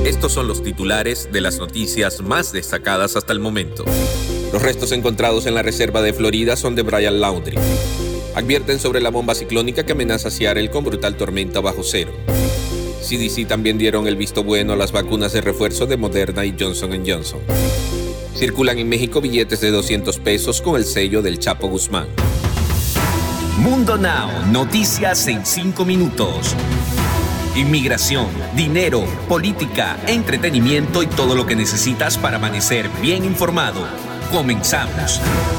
Estos son los titulares de las noticias más destacadas hasta el momento. Los restos encontrados en la reserva de Florida son de Brian Laundrie. Advierten sobre la bomba ciclónica que amenaza Seattle con brutal tormenta bajo cero. CDC también dieron el visto bueno a las vacunas de refuerzo de Moderna y Johnson & Johnson. Circulan en México billetes de 200 pesos con el sello del Chapo Guzmán. Mundo Now, noticias en 5 minutos. Inmigración, dinero, política, entretenimiento y todo lo que necesitas para amanecer bien informado. Comenzamos.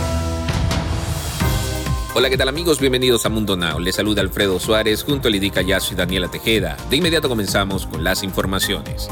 Hola, ¿qué tal amigos? Bienvenidos a Mundo Now. Les saluda Alfredo Suárez junto a Lidy Callazo y Daniela Tejeda. De inmediato comenzamos con las informaciones.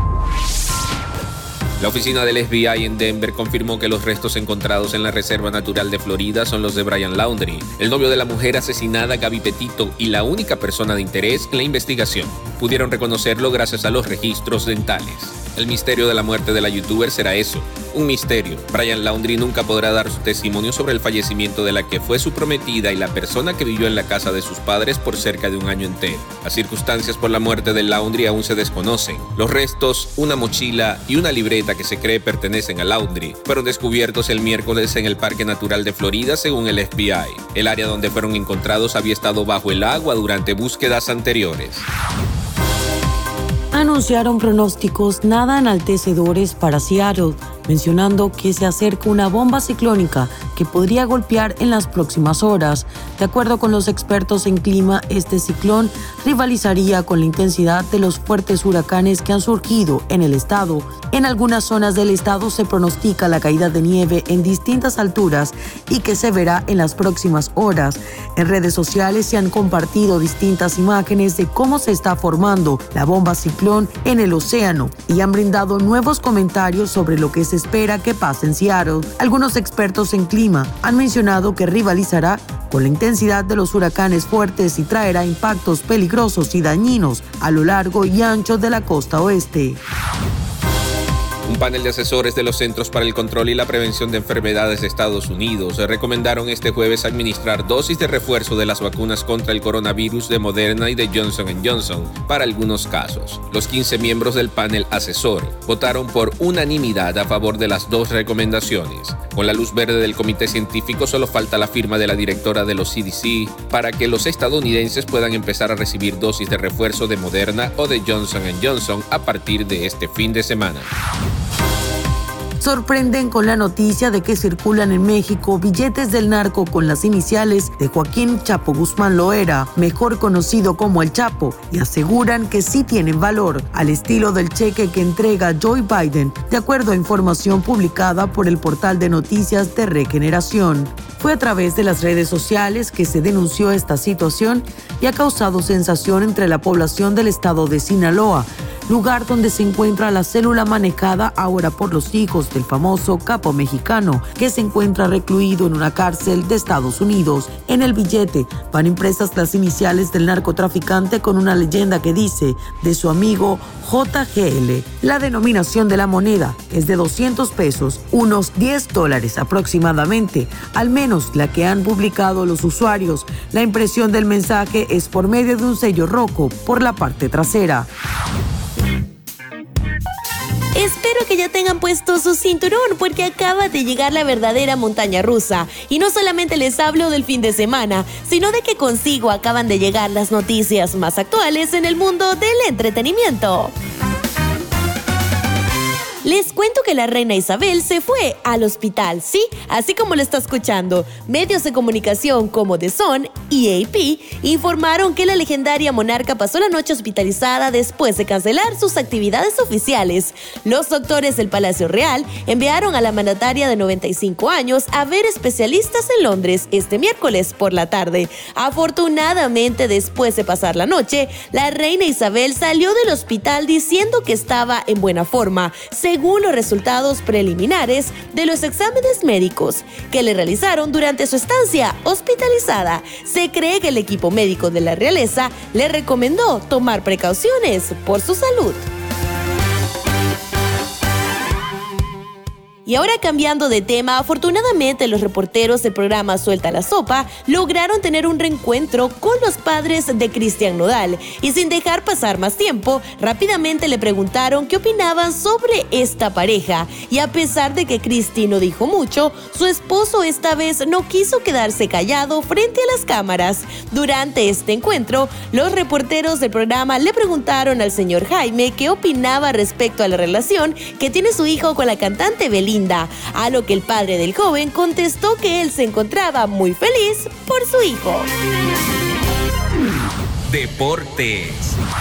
La oficina del FBI en Denver confirmó que los restos encontrados en la Reserva Natural de Florida son los de Brian Laundrie, el novio de la mujer asesinada Gabby Petito y la única persona de interés en la investigación. Pudieron reconocerlo gracias a los registros dentales. El misterio de la muerte de la youtuber será eso, un misterio. Brian Laundrie nunca podrá dar su testimonio sobre el fallecimiento de la que fue su prometida y la persona que vivió en la casa de sus padres por cerca de un año entero. Las circunstancias por la muerte de Laundrie aún se desconocen. Los restos, una mochila y una libreta que se cree pertenecen a Laundrie fueron descubiertos el miércoles en el Parque Natural de Florida, según el FBI. El área donde fueron encontrados había estado bajo el agua durante búsquedas anteriores. Anunciaron pronósticos nada enaltecedores para Seattle, mencionando que se acerca una bomba ciclónica que podría golpear en las próximas horas. De acuerdo con los expertos en clima, este ciclón rivalizaría con la intensidad de los fuertes huracanes que han surgido en el estado. En algunas zonas del estado se pronostica la caída de nieve en distintas alturas y que se verá en las próximas horas. En redes sociales se han compartido distintas imágenes de cómo se está formando la bomba ciclón en el océano y han brindado nuevos comentarios sobre lo que se espera que pase en Seattle. Algunos expertos en clima han mencionado que rivalizará con la intensidad de los huracanes fuertes y traerá impactos peligrosos y dañinos a lo largo y ancho de la costa oeste. Un panel de asesores de los Centros para el Control y la Prevención de Enfermedades de Estados Unidos recomendaron este jueves administrar dosis de refuerzo de las vacunas contra el coronavirus de Moderna y de Johnson & Johnson para algunos casos. Los 15 miembros del panel asesor votaron por unanimidad a favor de las dos recomendaciones. Con la luz verde del comité científico solo falta la firma de la directora de los CDC para que los estadounidenses puedan empezar a recibir dosis de refuerzo de Moderna o de Johnson & Johnson a partir de este fin de semana. Sorprenden con la noticia de que circulan en México billetes del narco con las iniciales de Joaquín Chapo Guzmán Loera, mejor conocido como El Chapo, y aseguran que sí tienen valor, al estilo del cheque que entrega Joe Biden, de acuerdo a información publicada por el portal de noticias de Regeneración. Fue a través de las redes sociales que se denunció esta situación y ha causado sensación entre la población del estado de Sinaloa, lugar donde se encuentra la célula manejada ahora por los hijos del famoso capo mexicano, que se encuentra recluido en una cárcel de Estados Unidos. En el billete van impresas las iniciales del narcotraficante con una leyenda que dice de su amigo JGL. La denominación de la moneda es de 200 pesos, unos $10 aproximadamente, al menos la que han publicado los usuarios. La impresión del mensaje es por medio de un sello rojo por la parte trasera. Espero que ya tengan puesto su cinturón porque acaba de llegar la verdadera montaña rusa. Y no solamente les hablo del fin de semana, sino de que consigo acaban de llegar las noticias más actuales en el mundo del entretenimiento. Les cuento que la reina Isabel se fue al hospital, sí, así como lo está escuchando. Medios de comunicación como The Sun y AP informaron que la legendaria monarca pasó la noche hospitalizada después de cancelar sus actividades oficiales. Los doctores del Palacio Real enviaron a la mandataria de 95 años a ver especialistas en Londres este miércoles por la tarde. Afortunadamente, después de pasar la noche, la reina Isabel salió del hospital diciendo que estaba en buena forma, según los resultados preliminares de los exámenes médicos que le realizaron durante su estancia hospitalizada. Se cree que el equipo médico de la realeza le recomendó tomar precauciones por su salud. Y ahora cambiando de tema, afortunadamente los reporteros del programa Suelta la Sopa lograron tener un reencuentro con los padres de Cristian Nodal y sin dejar pasar más tiempo, rápidamente le preguntaron qué opinaban sobre esta pareja y a pesar de que Cristi no dijo mucho, su esposo esta vez no quiso quedarse callado frente a las cámaras. Durante este encuentro, los reporteros del programa le preguntaron al señor Jaime qué opinaba respecto a la relación que tiene su hijo con la cantante Belinda, a lo que el padre del joven contestó que él se encontraba muy feliz por su hijo. Deportes.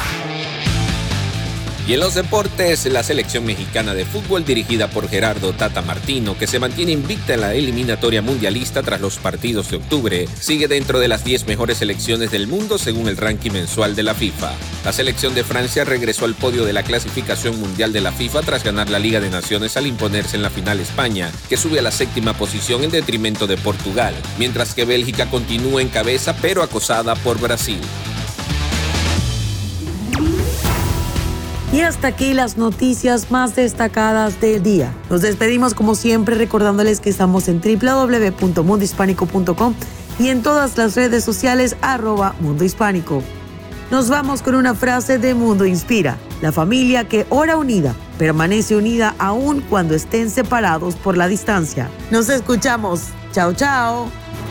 Y en los deportes, la selección mexicana de fútbol dirigida por Gerardo Tata Martino, que se mantiene invicta en la eliminatoria mundialista tras los partidos de octubre, sigue dentro de las 10 mejores selecciones del mundo según el ranking mensual de la FIFA. La selección de Francia regresó al podio de la clasificación mundial de la FIFA tras ganar la Liga de Naciones al imponerse en la final España, que sube a la 7ª posición en detrimento de Portugal, mientras que Bélgica continúa en cabeza pero acosada por Brasil. Y hasta aquí las noticias más destacadas del día. Nos despedimos como siempre recordándoles que estamos en www.mundohispánico.com y en todas las redes sociales @Mundo Hispánico. Nos vamos con una frase de Mundo Inspira. La familia que ora unida permanece unida aún cuando estén separados por la distancia. Nos escuchamos. Chao, chao.